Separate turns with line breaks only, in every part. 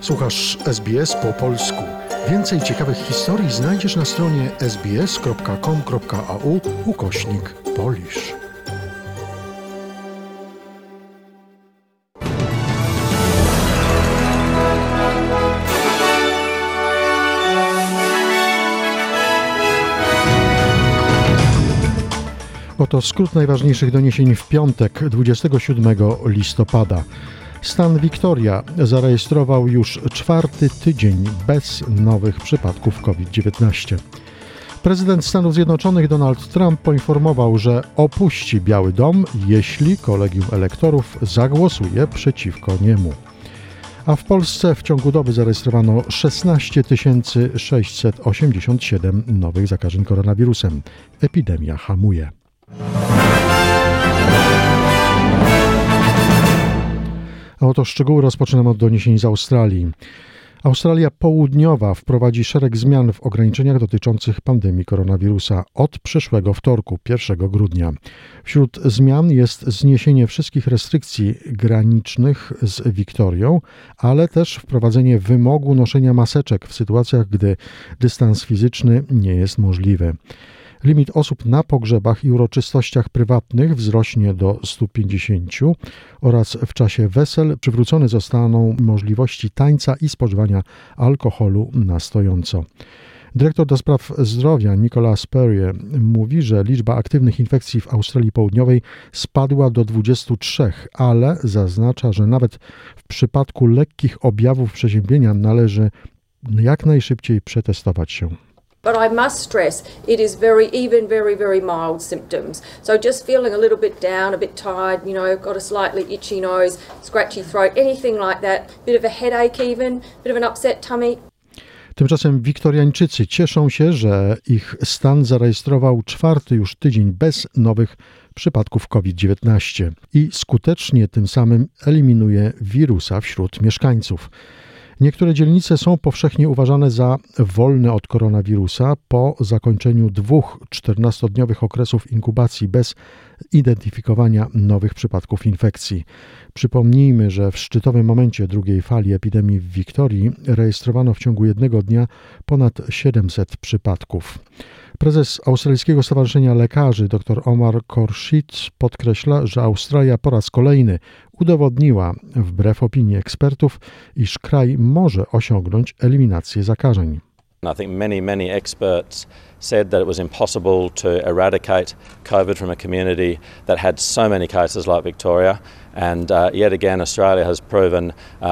Słuchasz SBS po polsku. Więcej ciekawych historii znajdziesz na stronie sbs.com.au/Polish. Oto skrót najważniejszych doniesień w piątek, 27 listopada. Stan Victoria zarejestrował już 4. tydzień bez nowych przypadków COVID-19. Prezydent Stanów Zjednoczonych Donald Trump poinformował, że opuści Biały Dom, jeśli kolegium elektorów zagłosuje przeciwko niemu. A w Polsce w ciągu doby zarejestrowano 16 687 nowych zakażeń koronawirusem. Epidemia hamuje. A oto szczegóły rozpoczynamy od doniesień z Australii. Australia Południowa wprowadzi szereg zmian w ograniczeniach dotyczących pandemii koronawirusa od przyszłego wtorku, 1 grudnia. Wśród zmian jest zniesienie wszystkich restrykcji granicznych z Wiktorią, ale też wprowadzenie wymogu noszenia maseczek w sytuacjach, gdy dystans fizyczny nie jest możliwy. Limit osób na pogrzebach i uroczystościach prywatnych wzrośnie do 150 oraz w czasie wesel przywrócone zostaną możliwości tańca i spożywania alkoholu na stojąco. Dyrektor do spraw zdrowia Nicholas Perrier mówi, że liczba aktywnych infekcji w Australii Południowej spadła do 23, ale zaznacza, że nawet w przypadku lekkich objawów przeziębienia należy jak najszybciej przetestować się.
But I must stress, it is very mild symptoms. So just feeling a little bit down, a bit tired, got a slightly itchy nose, scratchy throat, anything like that, bit of a headache even, bit of an upset tummy.
Tymczasem wiktoriańczycy cieszą się, że ich stan zarejestrował 4. już tydzień bez nowych przypadków COVID-19 i skutecznie tym samym eliminuje wirusa wśród mieszkańców. Niektóre dzielnice są powszechnie uważane za wolne od koronawirusa po zakończeniu 2 14-dniowych okresów inkubacji bez identyfikowania nowych przypadków infekcji. Przypomnijmy, że w szczytowym momencie drugiej fali epidemii w Wiktorii rejestrowano w ciągu jednego dnia ponad 700 przypadków. Prezes Australijskiego Stowarzyszenia Lekarzy dr Omar Khorshid podkreśla, że Australia po raz kolejny udowodniła, wbrew opinii ekspertów, iż kraj może osiągnąć eliminację zakażeń.
I think many experts said that it was impossible to eradicate COVID from a community that had so many cases like Victoria, and yet again Australia has proven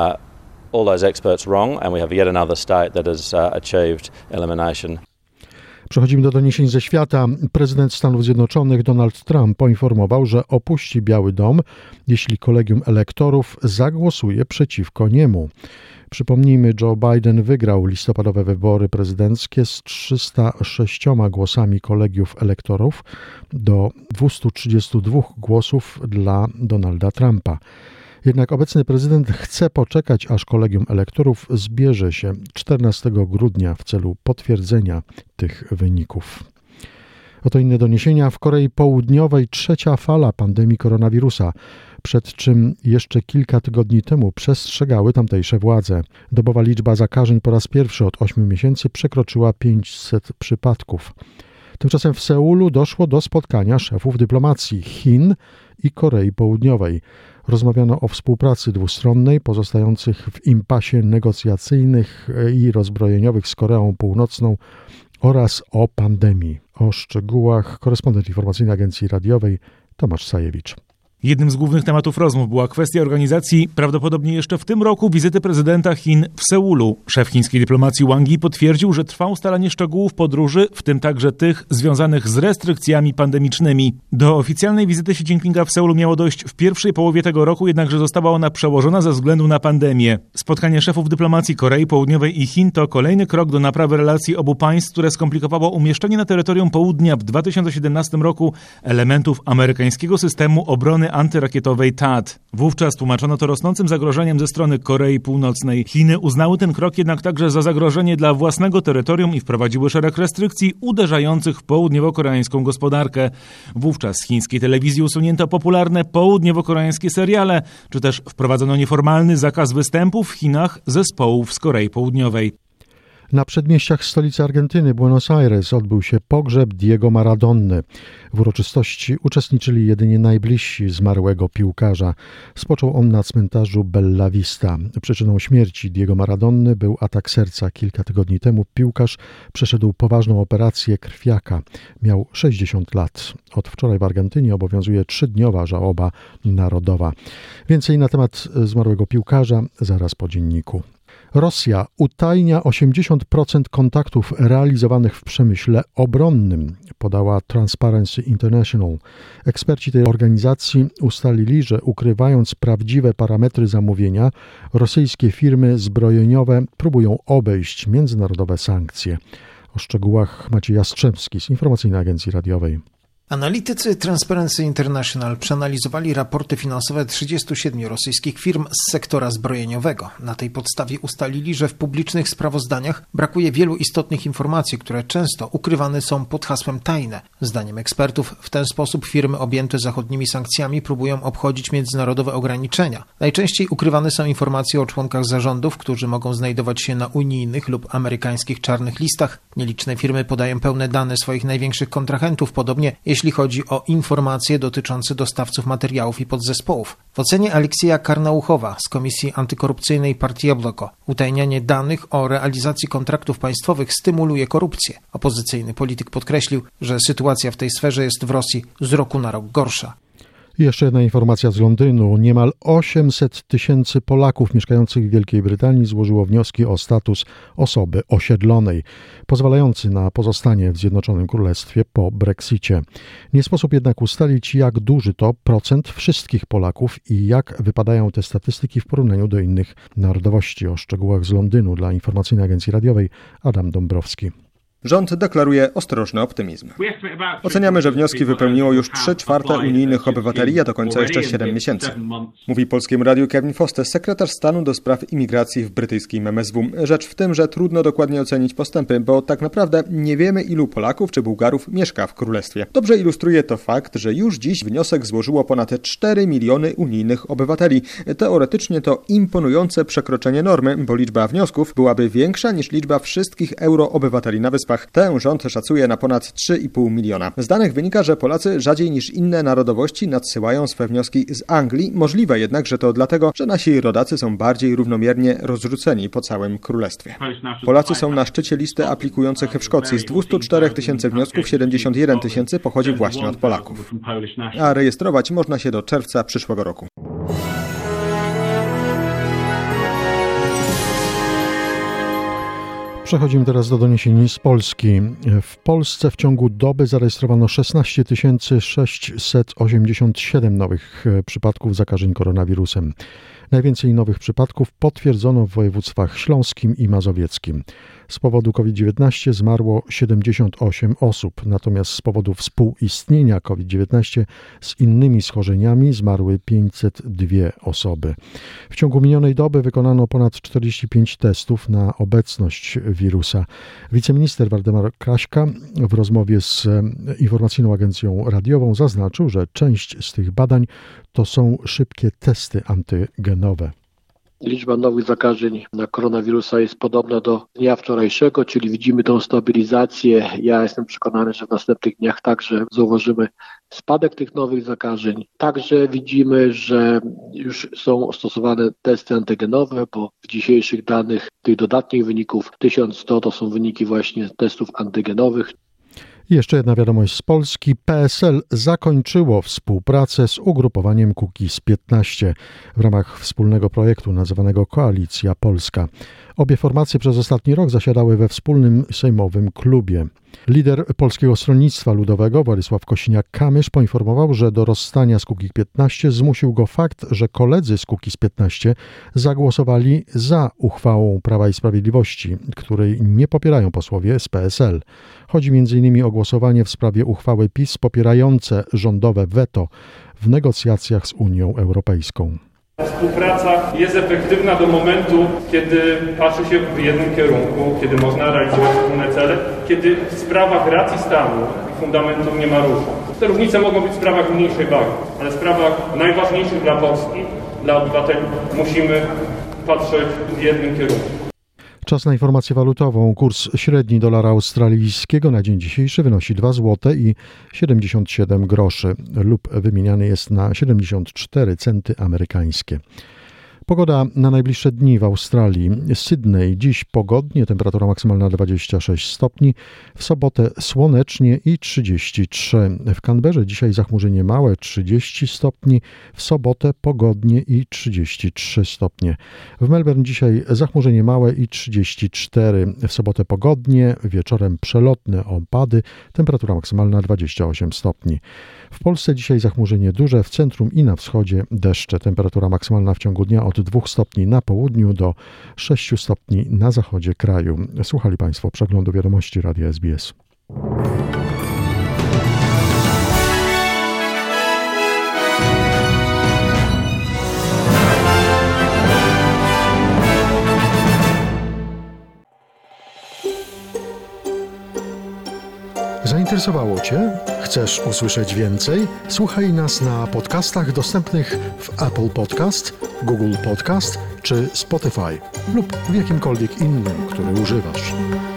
all those experts wrong, and we have yet another state that has achieved elimination.
Przechodzimy do doniesień ze świata. Prezydent Stanów Zjednoczonych Donald Trump poinformował, że opuści Biały Dom, jeśli kolegium elektorów zagłosuje przeciwko niemu. Przypomnijmy, Joe Biden wygrał listopadowe wybory prezydenckie z 306 głosami kolegiów elektorów do 232 głosów dla Donalda Trumpa. Jednak obecny prezydent chce poczekać, aż kolegium elektorów zbierze się 14 grudnia w celu potwierdzenia tych wyników. Oto inne doniesienia. W Korei Południowej 3. fala pandemii koronawirusa, przed czym jeszcze kilka tygodni temu przestrzegały tamtejsze władze. Dobowa liczba zakażeń po raz pierwszy od 8 miesięcy przekroczyła 500 przypadków. Tymczasem w Seulu doszło do spotkania szefów dyplomacji Chin i Korei Południowej. Rozmawiano o współpracy dwustronnej pozostających w impasie negocjacyjnych i rozbrojeniowych z Koreą Północną oraz o pandemii. O szczegółach korespondent informacyjnej agencji radiowej Tomasz Sajewicz.
Jednym z głównych tematów rozmów była kwestia organizacji, prawdopodobnie jeszcze w tym roku, wizyty prezydenta Chin w Seulu. Szef chińskiej dyplomacji Wang Yi potwierdził, że trwa ustalanie szczegółów podróży, w tym także tych związanych z restrykcjami pandemicznymi. Do oficjalnej wizyty Xi Jinpinga w Seulu miało dojść w pierwszej połowie tego roku, jednakże została ona przełożona ze względu na pandemię. Spotkanie szefów dyplomacji Korei Południowej i Chin to kolejny krok do naprawy relacji obu państw, które skomplikowało umieszczenie na terytorium południa w 2017 roku elementów amerykańskiego systemu obrony obrony antyrakietowej THAAD. Wówczas tłumaczono to rosnącym zagrożeniem ze strony Korei Północnej. Chiny uznały ten krok jednak także za zagrożenie dla własnego terytorium i wprowadziły szereg restrykcji uderzających w południowo-koreańską gospodarkę. Wówczas z chińskiej telewizji usunięto popularne południowo-koreańskie seriale, czy też wprowadzono nieformalny zakaz występów w Chinach zespołów z Korei Południowej.
Na przedmieściach stolicy Argentyny, Buenos Aires, odbył się pogrzeb Diego Maradonny. W uroczystości uczestniczyli jedynie najbliżsi zmarłego piłkarza. Spoczął on na cmentarzu Bella Vista. Przyczyną śmierci Diego Maradonny był atak serca. Kilka tygodni temu piłkarz przeszedł poważną operację krwiaka. Miał 60 lat. Od wczoraj w Argentynie obowiązuje 3-dniowa żałoba narodowa. Więcej na temat zmarłego piłkarza zaraz po dzienniku. Rosja utajnia 80% kontaktów realizowanych w przemyśle obronnym, podała Transparency International. Eksperci tej organizacji ustalili, że ukrywając prawdziwe parametry zamówienia, rosyjskie firmy zbrojeniowe próbują obejść międzynarodowe sankcje. O szczegółach Maciej Jastrzębski z Informacyjnej Agencji Radiowej.
Analitycy Transparency International przeanalizowali raporty finansowe 37 rosyjskich firm z sektora zbrojeniowego. Na tej podstawie ustalili, że w publicznych sprawozdaniach brakuje wielu istotnych informacji, które często ukrywane są pod hasłem tajne. Zdaniem ekspertów w ten sposób firmy objęte zachodnimi sankcjami próbują obchodzić międzynarodowe ograniczenia. Najczęściej ukrywane są informacje o członkach zarządów, którzy mogą znajdować się na unijnych lub amerykańskich czarnych listach. Nieliczne firmy podają pełne dane swoich największych kontrahentów, podobnie jeśli chodzi o informacje dotyczące dostawców materiałów i podzespołów. W ocenie Aleksieja Karnauchowa z Komisji Antykorupcyjnej Partii Jabloko utajnianie danych o realizacji kontraktów państwowych stymuluje korupcję. Opozycyjny polityk podkreślił, że sytuacja w tej sferze jest w Rosji z roku na rok gorsza.
I jeszcze jedna informacja z Londynu. Niemal 800 000 Polaków mieszkających w Wielkiej Brytanii złożyło wnioski o status osoby osiedlonej, pozwalający na pozostanie w Zjednoczonym Królestwie po Brexicie. Nie sposób jednak ustalić, jak duży to procent wszystkich Polaków i jak wypadają te statystyki w porównaniu do innych narodowości. O szczegółach z Londynu dla Informacyjnej Agencji Radiowej Adam Dąbrowski.
Rząd deklaruje ostrożny optymizm. Oceniamy, że wnioski wypełniło już 3/4 unijnych obywateli, a do końca jeszcze 7 miesięcy. Mówi Polskiemu Radiu Kevin Foster, sekretarz stanu do spraw imigracji w brytyjskim MSW. Rzecz w tym, że trudno dokładnie ocenić postępy, bo tak naprawdę nie wiemy, ilu Polaków czy Bułgarów mieszka w Królestwie. Dobrze ilustruje to fakt, że już dziś wniosek złożyło ponad 4 miliony unijnych obywateli. Teoretycznie to imponujące przekroczenie normy, bo liczba wniosków byłaby większa niż liczba wszystkich euroobywateli na Wyspach. Tę rząd szacuje na ponad 3,5 miliona. Z danych wynika, że Polacy rzadziej niż inne narodowości nadsyłają swe wnioski z Anglii. Możliwe jednak, że to dlatego, że nasi rodacy są bardziej równomiernie rozrzuceni po całym królestwie. Polacy są na szczycie listy aplikujących w Szkocji. Z 204 000 wniosków 71 000 pochodzi właśnie od Polaków. A rejestrować można się do czerwca przyszłego roku.
Przechodzimy teraz do doniesień z Polski. W Polsce w ciągu doby zarejestrowano 16 687 nowych przypadków zakażeń koronawirusem. Najwięcej nowych przypadków potwierdzono w województwach śląskim i mazowieckim. Z powodu COVID-19 zmarło 78 osób, natomiast z powodu współistnienia COVID-19 z innymi schorzeniami zmarły 502 osoby. W ciągu minionej doby wykonano ponad 45 testów na obecność wirusa. Wiceminister Waldemar Kraśka w rozmowie z Informacyjną Agencją Radiową zaznaczył, że część z tych badań to są szybkie testy antygenowe.
Liczba nowych zakażeń na koronawirusa jest podobna do dnia wczorajszego, czyli widzimy tą stabilizację. Ja jestem przekonany, że w następnych dniach także zauważymy spadek tych nowych zakażeń. Także widzimy, że już są stosowane testy antygenowe, bo w dzisiejszych danych tych dodatnich wyników 1100 to są wyniki właśnie testów antygenowych.
I jeszcze jedna wiadomość z Polski. PSL zakończyło współpracę z ugrupowaniem Kukiz 15 w ramach wspólnego projektu nazywanego Koalicja Polska. Obie formacje przez ostatni rok zasiadały we wspólnym sejmowym klubie. Lider Polskiego Stronnictwa Ludowego Władysław Kosiniak-Kamysz poinformował, że do rozstania z Kukiz15 zmusił go fakt, że koledzy z Kukiz15 zagłosowali za uchwałą Prawa i Sprawiedliwości, której nie popierają posłowie z PSL. Chodzi m.in. o głosowanie w sprawie uchwały PiS popierające rządowe weto w negocjacjach z Unią Europejską.
Współpraca jest efektywna do momentu, kiedy patrzy się w jednym kierunku, kiedy można realizować wspólne cele, kiedy w sprawach racji stanu i fundamentów nie ma różnic. Te różnice mogą być w sprawach mniejszej wagi, ale w sprawach najważniejszych dla Polski, dla obywateli musimy patrzeć w jednym kierunku.
Czas na informację walutową. Kurs średni dolara australijskiego na dzień dzisiejszy wynosi 2 zł i 77 groszy lub wymieniany jest na 74 centy amerykańskie. Pogoda na najbliższe dni w Australii. Sydney dziś pogodnie, temperatura maksymalna 26 stopni, w sobotę słonecznie i 33. W Canberrze dzisiaj zachmurzenie małe 30 stopni, w sobotę pogodnie i 33 stopnie. W Melbourne dzisiaj zachmurzenie małe i 34, w sobotę pogodnie, wieczorem przelotne opady, temperatura maksymalna 28 stopni. W Polsce dzisiaj zachmurzenie duże, w centrum i na wschodzie deszcze, temperatura maksymalna w ciągu dnia od 2 stopni na południu do 6 stopni na zachodzie kraju. Słuchali Państwo przeglądu wiadomości Radia SBS. Zainteresowało Cię? Chcesz usłyszeć więcej? Słuchaj nas na podcastach dostępnych w Apple Podcast, Google Podcast czy Spotify lub w jakimkolwiek innym, który używasz.